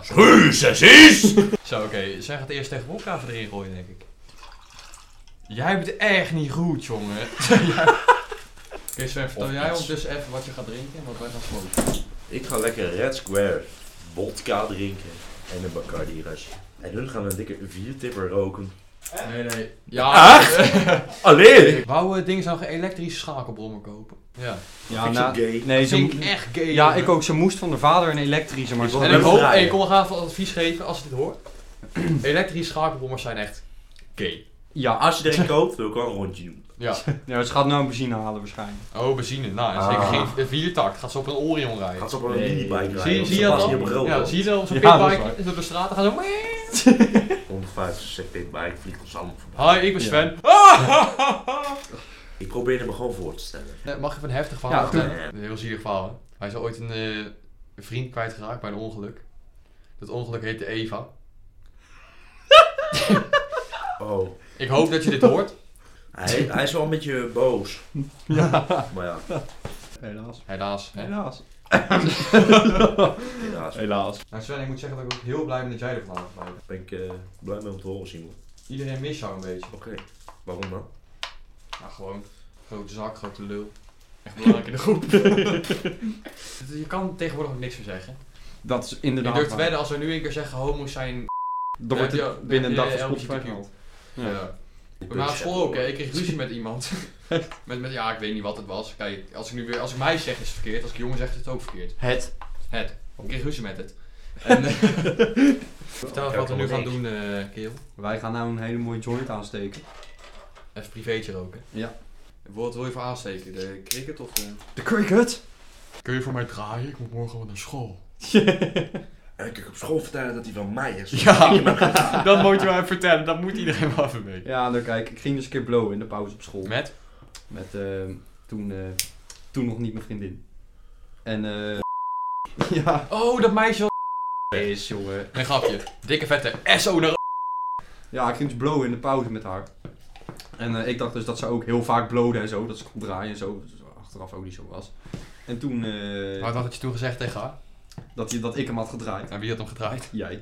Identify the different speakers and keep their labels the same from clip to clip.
Speaker 1: Precies!
Speaker 2: Zo, oké. Zij gaat eerst tegen wodka even erin gooien, denk ik. Jij bent echt niet goed, jongen. Oké, Sven, vertel jij ondertussen even wat je gaat drinken en wat wij gaan smoken.
Speaker 1: Ik ga lekker Red Square vodka drinken en een Bacardi Rush. En hun gaan een dikke 4-tipper roken.
Speaker 2: Nee. Ja.
Speaker 1: Alleen!
Speaker 2: Wou dingen zou een elektrische schakelbrommer kopen. Ja.
Speaker 1: Ja, gay.
Speaker 3: Nee,
Speaker 2: Dat vind ik echt gay.
Speaker 3: ja,
Speaker 2: jongen.
Speaker 3: ik ook. Ze moest van de vader een elektrische, maar
Speaker 1: Ik
Speaker 2: En
Speaker 1: wil
Speaker 2: ik hoop,
Speaker 1: draaien.
Speaker 2: ik kom nog even advies geven als je dit hoort. Elektrische schakelbrommers zijn echt gay.
Speaker 3: Ja,
Speaker 1: Als je er een koopt, wil ik wel een rondje doen.
Speaker 2: Ja.
Speaker 3: ja, ze gaat nou een benzine halen waarschijnlijk.
Speaker 2: Oh, benzine. Nou, en zeker geen viertakt. Gaat ze op een Orion rijden.
Speaker 1: Gaat ze op een
Speaker 3: Nee.
Speaker 1: minibike rijden.
Speaker 2: Zie
Speaker 1: want
Speaker 2: je
Speaker 1: ze
Speaker 2: dat
Speaker 1: past
Speaker 2: dan?
Speaker 1: niet op een rood.
Speaker 2: Ja, zie je dat op zo'n
Speaker 3: Ja, dat is
Speaker 2: pitbike door de straat gaan zo...
Speaker 1: 150 pitbike vliegt ons allemaal voorbij.
Speaker 2: Hi, ik ben Sven.
Speaker 1: Ik probeerde me gewoon voor te stellen.
Speaker 2: Mag ik even een heftig verhaal
Speaker 3: Ja,
Speaker 2: vertellen? Een heel zielig verhaal, hè? Hij is ooit een vriend kwijtgeraakt bij een ongeluk. Dat ongeluk heette Eva.
Speaker 1: Oh.
Speaker 2: Ik hoop dat je dit hoort.
Speaker 1: Hij is wel een beetje boos.
Speaker 3: Ja.
Speaker 1: Maar ja,
Speaker 3: Helaas.
Speaker 2: Helaas. Hè?
Speaker 3: Helaas.
Speaker 1: helaas.
Speaker 3: Helaas.
Speaker 2: Nou Sven, ik moet zeggen dat ik ook heel blij ben dat jij er vanavond bij bent.
Speaker 1: Ben ik blij mee om te horen, Simon.
Speaker 2: Iedereen mist jou een beetje.
Speaker 1: Oké. Waarom dan?
Speaker 2: Nou, gewoon. Grote zak, grote lul. Echt belangrijk in de groep. Je kan tegenwoordig ook niks meer zeggen.
Speaker 3: Dat is
Speaker 2: Je
Speaker 3: inderdaad
Speaker 2: durft
Speaker 3: waar.
Speaker 2: wedden als we nu een keer zeggen homo's zijn...
Speaker 3: Dan wordt
Speaker 2: Ja,
Speaker 3: het binnen een dag van
Speaker 2: LGBTQ.
Speaker 3: Spotify gehaald.
Speaker 2: Ja. Na school ook, hè. Ik kreeg ruzie met iemand. Ja, ik weet niet wat het was. Kijk, als ik mij zeg is het verkeerd. Als ik jongen zeg is het ook verkeerd.
Speaker 3: Het.
Speaker 2: Ik kreeg ruzie met het. En, vertel eens wat we nu gaan doen, Keel.
Speaker 3: Wij gaan nou een hele mooie joint aansteken.
Speaker 2: Even privétje roken.
Speaker 3: Ja.
Speaker 2: Wat wil je voor aansteken? De cricket of de...
Speaker 3: De cricket.
Speaker 2: Kun je voor mij draaien? Ik moet morgen wel naar school.
Speaker 1: En ik kan op school vertellen dat hij van mij is.
Speaker 2: Ja, dat moet je wel even vertellen. Dat moet iedereen wel even weten.
Speaker 3: Ja, nou kijk, ik ging dus een keer blowen in de pauze op school.
Speaker 2: Met?
Speaker 3: Met toen nog niet mijn vriendin. En ja.
Speaker 2: Oh, dat meisje
Speaker 3: Is jongen.
Speaker 2: een grapje. Dikke vette SO naar...
Speaker 3: Ja, ik ging dus blowen in de pauze met haar. En ik dacht dus dat ze ook heel vaak blowde en zo, dat ze kon draaien en zo. Dus achteraf ook niet zo was. En toen
Speaker 2: Wat had je toen gezegd tegen haar?
Speaker 3: dat ik hem had gedraaid.
Speaker 2: En wie had hem gedraaid?
Speaker 3: Jij.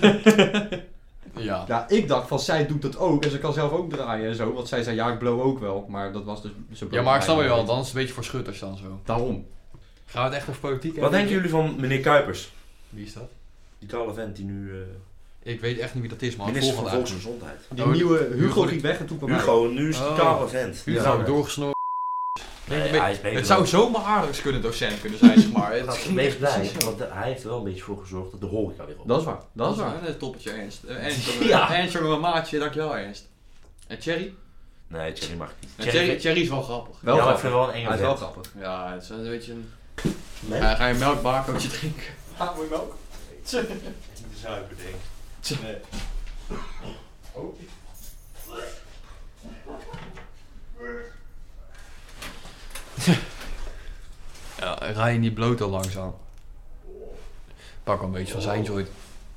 Speaker 2: Ja.
Speaker 3: Ja, ik dacht van zij doet dat ook en ze kan zelf ook draaien en zo. Want zij zei ja, ik blow ook wel. Maar dat was dus... ze blow
Speaker 2: Ja, maar ik snap je
Speaker 3: bijna
Speaker 2: wel.
Speaker 3: niet.
Speaker 2: Dan is het een beetje voor schutters dan zo.
Speaker 3: Daarom.
Speaker 2: Gaan we het echt over politiek
Speaker 1: Wat
Speaker 2: hebben?
Speaker 1: denken jullie van meneer Kuipers?
Speaker 2: Wie is dat?
Speaker 1: Die kale vent die nu
Speaker 2: Ik weet echt niet wie dat is, man.
Speaker 1: minister van
Speaker 2: Volgende
Speaker 1: Volksgezondheid.
Speaker 3: Die
Speaker 2: Oh,
Speaker 3: nieuwe
Speaker 2: Hugo
Speaker 3: Hugo
Speaker 2: die-
Speaker 3: ging weg en toen kwam hij.
Speaker 1: Hugo, nu is die
Speaker 2: Oh.
Speaker 1: kale vent.
Speaker 2: Hugo,
Speaker 1: Ja.
Speaker 2: doorgesnoren.
Speaker 1: Nee, hij is beter
Speaker 2: Het zou
Speaker 1: dan-
Speaker 2: zomaar aardig kunnen docent kunnen zijn, zeg maar. Het ging
Speaker 1: Wees
Speaker 2: echt
Speaker 1: blij,
Speaker 2: precies zo.
Speaker 1: want hij heeft er wel een beetje voor gezorgd dat de horeca weer op.
Speaker 3: Dat is waar. Dat is waar.
Speaker 2: Een toppetje Ernst.
Speaker 1: Ja.
Speaker 2: Ernst, jongen, mijn maatje, dankjewel Ernst. En Thierry?
Speaker 1: Nee, Thierry mag niet.
Speaker 2: Ja, Thierry is wel grappig.
Speaker 3: Wel
Speaker 1: ja, maar ik
Speaker 3: grappig.
Speaker 1: vind wel een enge
Speaker 3: Hij is wel
Speaker 1: vent.
Speaker 3: grappig.
Speaker 2: Ja, het is een beetje een...
Speaker 1: Nee?
Speaker 2: Ga je een melkbaarcootje drinken? Ja, moet je melk?
Speaker 1: Niet de suiker, denk ik. Nee.
Speaker 2: Oh. Ja, rij je niet bloot al langzaam. Pak wel een beetje van zijn joint.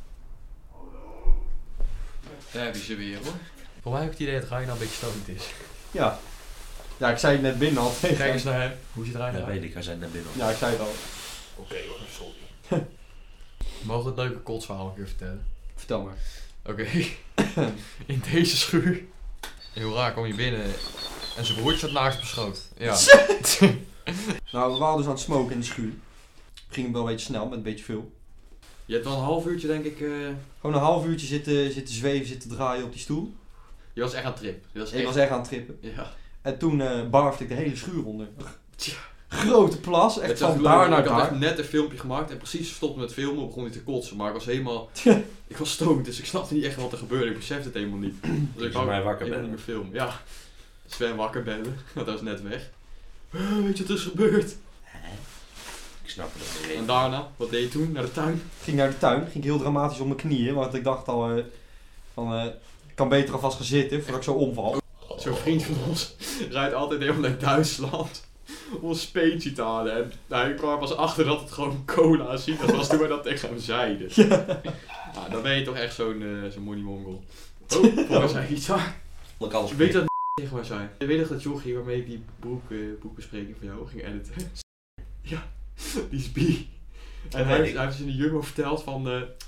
Speaker 2: Daar heb je ze weer hoor. Voor mij heb ik het idee dat Ryan nou een beetje stoned is.
Speaker 3: Ja. Ja, ik zei het net binnen al tegen
Speaker 2: Kijk eens
Speaker 3: hem.
Speaker 2: naar hem. Hoe ziet Ryan
Speaker 1: Ja,
Speaker 2: eruit?
Speaker 1: weet ik, hij zei net binnen.
Speaker 3: Ja, ik zei het al.
Speaker 1: Oké, hoor, sorry.
Speaker 2: Mogen we het leuke kotsverhaal een keer vertellen?
Speaker 3: Vertel maar.
Speaker 2: Oké. In deze schuur. Heel raar kom je binnen en zijn broertje zat naast op schoot. Ja.
Speaker 3: Nou, we waren dus aan het smoken in de schuur. Ging wel een beetje snel, met een beetje veel.
Speaker 2: Je hebt wel een half uurtje denk ik...
Speaker 3: Gewoon een half uurtje zitten zweven, zitten draaien op die stoel.
Speaker 2: Je was echt aan het trip. Je was
Speaker 3: Ik was echt aan het trippen.
Speaker 2: Ja.
Speaker 3: En toen barfde ik de hele schuur onder. Grote plas, echt
Speaker 2: Het
Speaker 3: van
Speaker 2: was
Speaker 3: daar
Speaker 2: leuk.
Speaker 3: naar
Speaker 2: Ik had echt
Speaker 3: daar.
Speaker 2: net een filmpje gemaakt en precies gestopt met filmen begon hij te kotsen. Maar ik was helemaal... ik was stoned, dus ik snapte niet echt wat er gebeurde. Ik besefte het helemaal niet. Dus
Speaker 1: Dus mij wakker
Speaker 2: ik
Speaker 1: bellen.
Speaker 2: mijn film. Ja. Sven wakker bellen, want hij was net weg. Weet je wat er is gebeurd?
Speaker 1: Ik snap het niet.
Speaker 2: En daarna, wat deed je toen? Naar de tuin?
Speaker 3: Ik ging naar de tuin, ging ik heel dramatisch op mijn knieën. Want ik dacht al ik kan beter alvast gaan zitten voordat ik zo omval.
Speaker 2: Zo'n vriend van ons rijdt altijd helemaal naar Duitsland om een speentje te halen. En hij kwam pas achter dat het gewoon cola is. Dat was toen wij dat tegen hem zeiden. Ja, dan ben je toch echt zo'n money mongol. Oh, voor mij zei iets waar.
Speaker 1: Ik alles
Speaker 2: Weet je wat tegen mij zei? Je weet nog dat jochie waarmee ik die boekbespreking van jou ging editen? Ja, die is bi. En hij heeft dus in de Jumbo verteld van...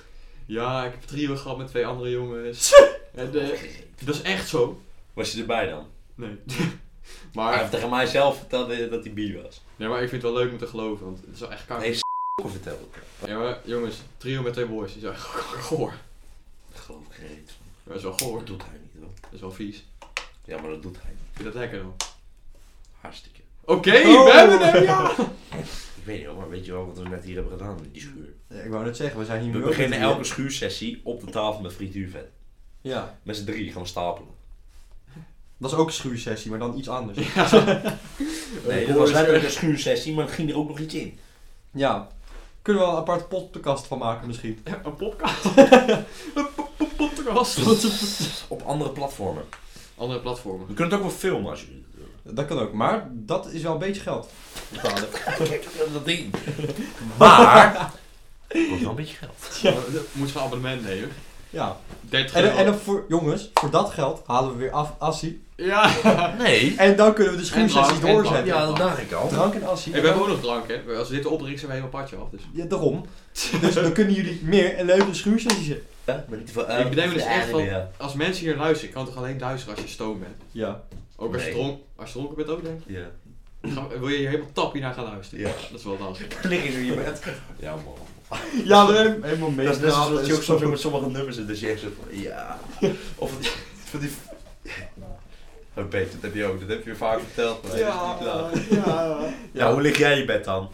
Speaker 2: Ja, ik heb trio gehad met 2 andere jongens. En, dat is echt zo.
Speaker 1: Was je erbij dan?
Speaker 2: Nee.
Speaker 1: Hij
Speaker 2: Maar,
Speaker 1: heeft tegen mij zelf verteld dat hij bi was.
Speaker 2: nee, maar ik vind het wel leuk om te geloven, want het is wel echt kaak.
Speaker 1: Nee, verteld.
Speaker 2: Ja, maar jongens, trio met 2 boys, die zijn echt goor.
Speaker 1: Dat geloof ik niet.
Speaker 2: Dat is wel goor.
Speaker 1: Dat doet hij niet hoor.
Speaker 2: Dat is wel vies.
Speaker 1: Ja, maar dat doet hij niet.
Speaker 2: Vind je dat lekker dan?
Speaker 1: Hartstikke.
Speaker 2: Oké, we hebben hem, ja!
Speaker 1: Ik weet niet hoor, maar weet je wel wat we net hier hebben gedaan in die schuur?
Speaker 3: Ja, ik wou net zeggen, we zijn hier
Speaker 1: We
Speaker 3: nu ook
Speaker 1: beginnen
Speaker 3: met
Speaker 1: elke schuursessie op de tafel met frituurvet.
Speaker 3: Ja,
Speaker 1: Met z'n 3 gaan we stapelen.
Speaker 3: dat is ook een schuursessie, maar dan iets anders.
Speaker 1: Nee, dat was letterlijk een schuursessie, maar er ging er ook nog iets in.
Speaker 3: Ja. Kunnen we wel een aparte podcast van maken misschien?
Speaker 2: Een podcast. Een podcast.
Speaker 1: Op andere platformen.
Speaker 2: Andere platformen.
Speaker 1: We kunnen het ook wel filmen als jullie het willen.
Speaker 3: Dat kan ook, maar dat is wel een beetje geld. Betalen.
Speaker 1: Kijk, dat ding. Maar, het kost wel een beetje geld.
Speaker 2: Moet je een abonnement nemen.
Speaker 3: Ja.
Speaker 2: 30
Speaker 3: En dan voor, jongens, voor dat geld halen we weer assie.
Speaker 2: Ja.
Speaker 1: Nee.
Speaker 3: En dan kunnen we de
Speaker 2: drank,
Speaker 3: schuursessies
Speaker 2: en
Speaker 3: doorzetten.
Speaker 1: Ja, dat dacht ik al.
Speaker 3: Drank en assie.
Speaker 2: En we hebben ook nog drank, hè. Als we dit opdrinken zijn we helemaal padje af. Dus.
Speaker 3: Ja, daarom. Dus dan kunnen jullie meer en leuke schuursessies hebben.
Speaker 1: Ja, maar niet van,
Speaker 2: Ik bedenk me dus echt van,
Speaker 1: ja.
Speaker 2: als mensen hier luisteren, ik kan toch alleen luisteren als je stoom bent.
Speaker 3: Ja.
Speaker 2: Ook als je
Speaker 1: Nee.
Speaker 2: dronken bent ook, denk ik.
Speaker 1: Ja.
Speaker 2: Wil je hier helemaal tappie naar gaan luisteren?
Speaker 1: Ja.
Speaker 2: Dat is wel lastig.
Speaker 1: Lig je zo in je bed. Ja man.
Speaker 3: Ja, we hebben helemaal mee.
Speaker 1: Dat is net zoals je ook soms ook met sommige nummers zit, dus je echt zo van, ja. Of van die... Oh Peter, dat heb je ook, dat heb je vaak verteld, maar dat is niet gedaan.
Speaker 3: ja.
Speaker 1: Ja, hoe lig jij in je bed dan?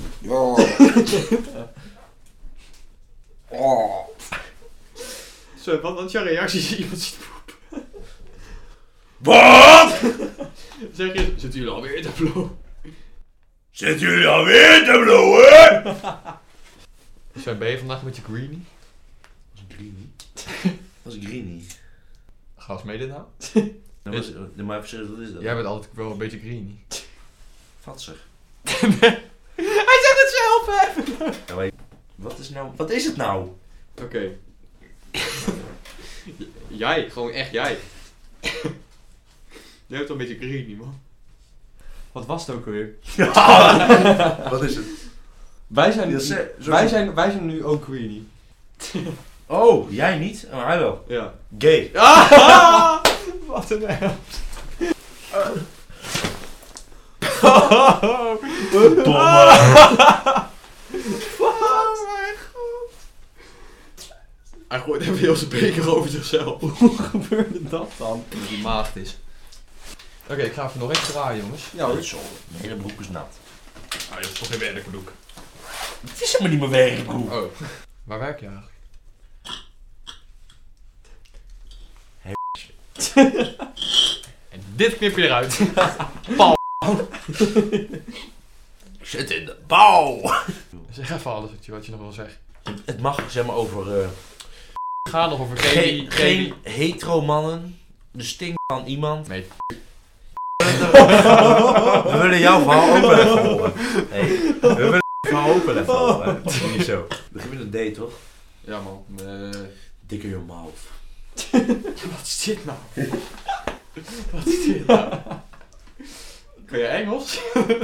Speaker 2: Zo, wat is jouw reactie als je iemand ziet poepen?
Speaker 1: Wat?
Speaker 2: Zeg je, zitten jullie alweer in de flow?
Speaker 1: Zitten jullie alweer te blowen?
Speaker 2: Zo, ben je vandaag met je greenie?
Speaker 1: Dat is een greenie. Dat is een greenie.
Speaker 2: Ga eens mee dit nou?
Speaker 1: Nou, maar even serieus, wat is dat?
Speaker 2: Jij bent altijd wel een beetje greenie.
Speaker 1: Vatsig.
Speaker 2: Hij zegt het zelf, hè!
Speaker 1: Ja, maar wat is het nou?
Speaker 2: Oké. Jij, gewoon echt jij. Jij hebt wel een beetje greenie, man.
Speaker 3: Wat was het ook alweer?
Speaker 1: Wat is het?
Speaker 3: Wij zijn,
Speaker 1: Dat is,
Speaker 3: wij zijn nu ook greenie.
Speaker 1: Oh, jij niet? Maar hij wel.
Speaker 2: Ja.
Speaker 1: Gay.
Speaker 2: Ah! Wat een hel.
Speaker 1: Domme.
Speaker 2: Oh mijn god. Hij gooit even heel zijn beker over zichzelf.
Speaker 3: Hoe gebeurde dat dan?
Speaker 2: Omdat hij maagd is. Oké, ik ga even nog even draaien, jongens.
Speaker 3: Ja hoor.
Speaker 1: Zo, mijn hele broek is nat.
Speaker 2: Ah, je hebt toch geen werkbroek.
Speaker 1: Het is helemaal niet mijn werkbroek.
Speaker 2: Oh. Waar werk je eigenlijk? En dit knip je eruit.
Speaker 1: Zit in de bouw.
Speaker 2: Zeg even alles wat je nog wil zeggen.
Speaker 1: Het mag zeg maar over
Speaker 2: Ga nog over
Speaker 1: geen hetero mannen, de sting van iemand.
Speaker 2: Nee.
Speaker 1: We willen jouw verhaal ook wel even horen. Hey, we willen jouw verhaal ook wel even horen. Niet zo. Begin met een date toch?
Speaker 2: Ja man.
Speaker 1: Dikke your mouth.
Speaker 2: Wat is dit nou? Wat is dit nou? Kan je Engels?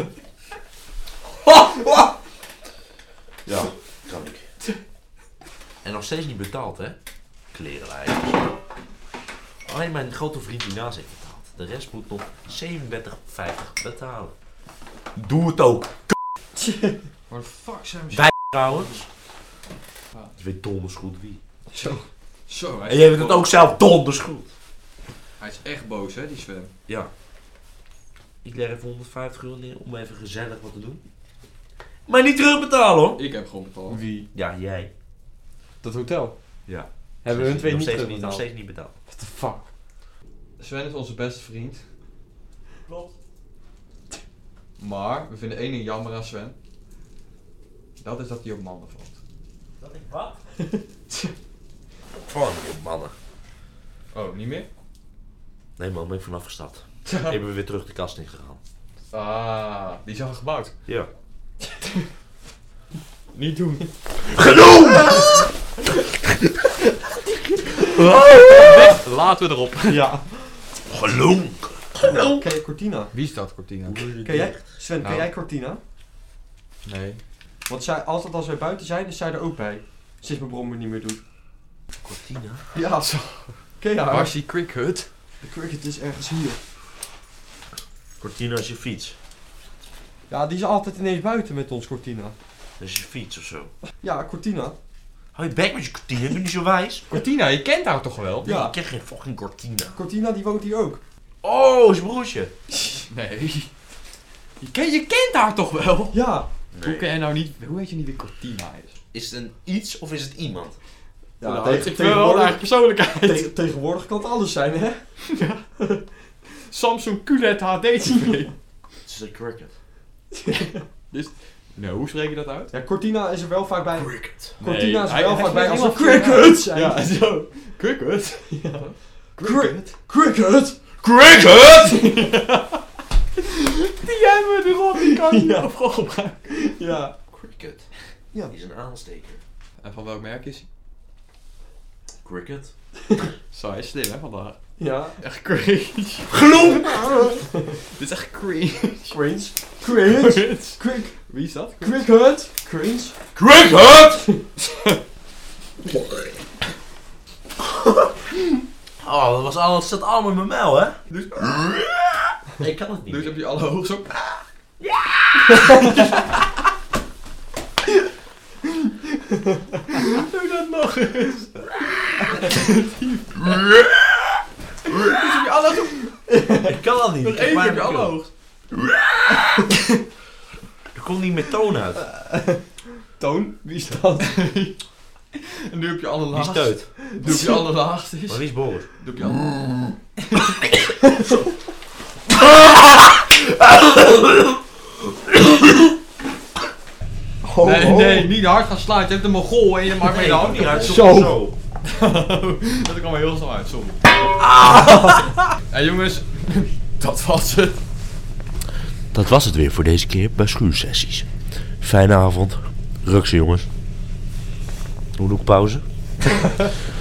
Speaker 1: Ja, kan ik. En nog steeds niet betaald hè? Klerenlijn. Alleen mijn grote vriend die naast heeft betaald. De rest moet nog 37,50 betalen. Doe het ook.
Speaker 2: Waar de fuck zijn we?
Speaker 1: Wij trouwens. Je weet donders goed wie.
Speaker 2: Zo, hij
Speaker 1: En jij weet het ook zelf donders goed.
Speaker 2: Hij is echt boos hè, die Sven.
Speaker 1: Ja. Ik leg even 150 euro neer om even gezellig wat te doen. Maar niet terugbetalen hoor.
Speaker 2: Ik heb gewoon betaald.
Speaker 3: Wie?
Speaker 1: Ja, jij.
Speaker 3: Dat hotel.
Speaker 1: Ja.
Speaker 3: Hebben we hun twee
Speaker 1: nog
Speaker 3: niet
Speaker 1: steeds
Speaker 3: terugbetaald?
Speaker 1: Nog steeds niet betaald.
Speaker 3: What the fuck?
Speaker 2: Sven is onze beste vriend.
Speaker 1: Klopt.
Speaker 2: Maar we vinden één ding jammer aan Sven. Dat is dat hij op mannen valt.
Speaker 1: Dat ik wat? Gewoon op mannen.
Speaker 2: Oh, niet meer?
Speaker 1: Nee man, ben ik vanaf gestapt. Ik ben weer terug de kast ingegaan.
Speaker 2: Ah, die is al gebouwd.
Speaker 1: Ja.
Speaker 2: Niet doen.
Speaker 1: Genoeg!
Speaker 2: Laten we erop.
Speaker 3: Ja.
Speaker 1: Gelonk.
Speaker 3: Ken je Cortina?
Speaker 2: Wie is dat, Cortina?
Speaker 3: Ken jij? Sven, ken
Speaker 2: Nou.
Speaker 3: jij Cortina?
Speaker 2: Nee.
Speaker 3: Want zij, altijd als wij buiten zijn, is zij er ook bij. Sinds mijn brommer niet meer doet.
Speaker 1: Cortina?
Speaker 3: Ja, zo. Ken je haar?
Speaker 2: Waar is die Cricket?
Speaker 3: De cricket is ergens hier.
Speaker 1: Cortina is je fiets.
Speaker 3: Ja, die is altijd ineens buiten met ons Cortina.
Speaker 1: Dat is je fiets of zo.
Speaker 3: Ja, Cortina.
Speaker 1: Hou je bek met je Cortina, ben je niet zo wijs?
Speaker 2: Cortina, je kent haar toch wel?
Speaker 3: Ja.
Speaker 1: Nee, ik ken geen fucking Cortina.
Speaker 3: Cortina die woont hier ook.
Speaker 1: Oh, zijn broertje.
Speaker 2: Nee. Je kent haar toch wel?
Speaker 3: Ja.
Speaker 2: Hoe ken je nou niet... Hoe weet je niet wie Cortina is?
Speaker 1: Is het een iets of is het iemand?
Speaker 3: Ja,
Speaker 2: Nou, ik wil wel naar persoonlijkheid.
Speaker 3: tegenwoordig kan het alles zijn, hè?
Speaker 2: Samsung QLED HD TV.
Speaker 1: Het is een cricket.
Speaker 2: Nou, hoe spreek je dat uit?
Speaker 3: Ja, Cortina is er wel vaak bij.
Speaker 1: Cricket.
Speaker 3: Cortina is er
Speaker 2: hij-
Speaker 3: wel
Speaker 2: hij
Speaker 3: vaak bij
Speaker 2: spreekt
Speaker 3: als er
Speaker 2: helemaal
Speaker 3: crickets zijn.
Speaker 2: Ja, zo. Cricket?
Speaker 3: Ja.
Speaker 2: Cricket?
Speaker 3: Cricket?
Speaker 1: Cricket!
Speaker 2: Die jij me erop, die kan je
Speaker 3: Ja.
Speaker 2: overal gebruiken.
Speaker 3: Ja.
Speaker 1: Cricket.
Speaker 3: Ja.
Speaker 1: Die is een aansteker.
Speaker 2: En van welk merk is hij?
Speaker 1: Cricket.
Speaker 2: Zo, hij is slim hè vandaag.
Speaker 3: Ja.
Speaker 2: Echt cringe.
Speaker 1: Gloem!
Speaker 2: Dit is echt cringe.
Speaker 3: Cringe. Cringe.
Speaker 2: Cringe. Wie is dat?
Speaker 3: Cricket. Cringe.
Speaker 1: Cricket! Oh, dat was alles, zat allemaal in mijn muil, hè?
Speaker 2: Dus,
Speaker 1: Ik kan het niet.
Speaker 2: dus heb je alle hoogst op. Doe dat nog eens. Dus heb je alle hoogst op.
Speaker 1: Ik kan dat niet.
Speaker 2: Nog
Speaker 1: Ik heb
Speaker 2: één keer heb je
Speaker 1: pijn in
Speaker 2: alle
Speaker 1: mijn
Speaker 2: hoogst.
Speaker 1: keel. Er komt niet meer toon uit.
Speaker 3: Toon. Wie is dat?
Speaker 2: En nu heb je alle
Speaker 1: Wie is
Speaker 2: laagst.
Speaker 1: teut?
Speaker 2: Nu heb je alle laagst is.
Speaker 1: Maar wie is Boris?
Speaker 2: Nu heb je alle... Nee, niet hard gaan slaan. Je hebt een mogol en je maakt mee de hand
Speaker 1: niet uit.
Speaker 3: Zo.
Speaker 2: Dat kwam er heel snel uit, sorry. En jongens, dat was het.
Speaker 1: Dat was het weer voor deze keer bij Schuursessies. Fijne avond. Ruksen jongens. Hoe doe ik pauze?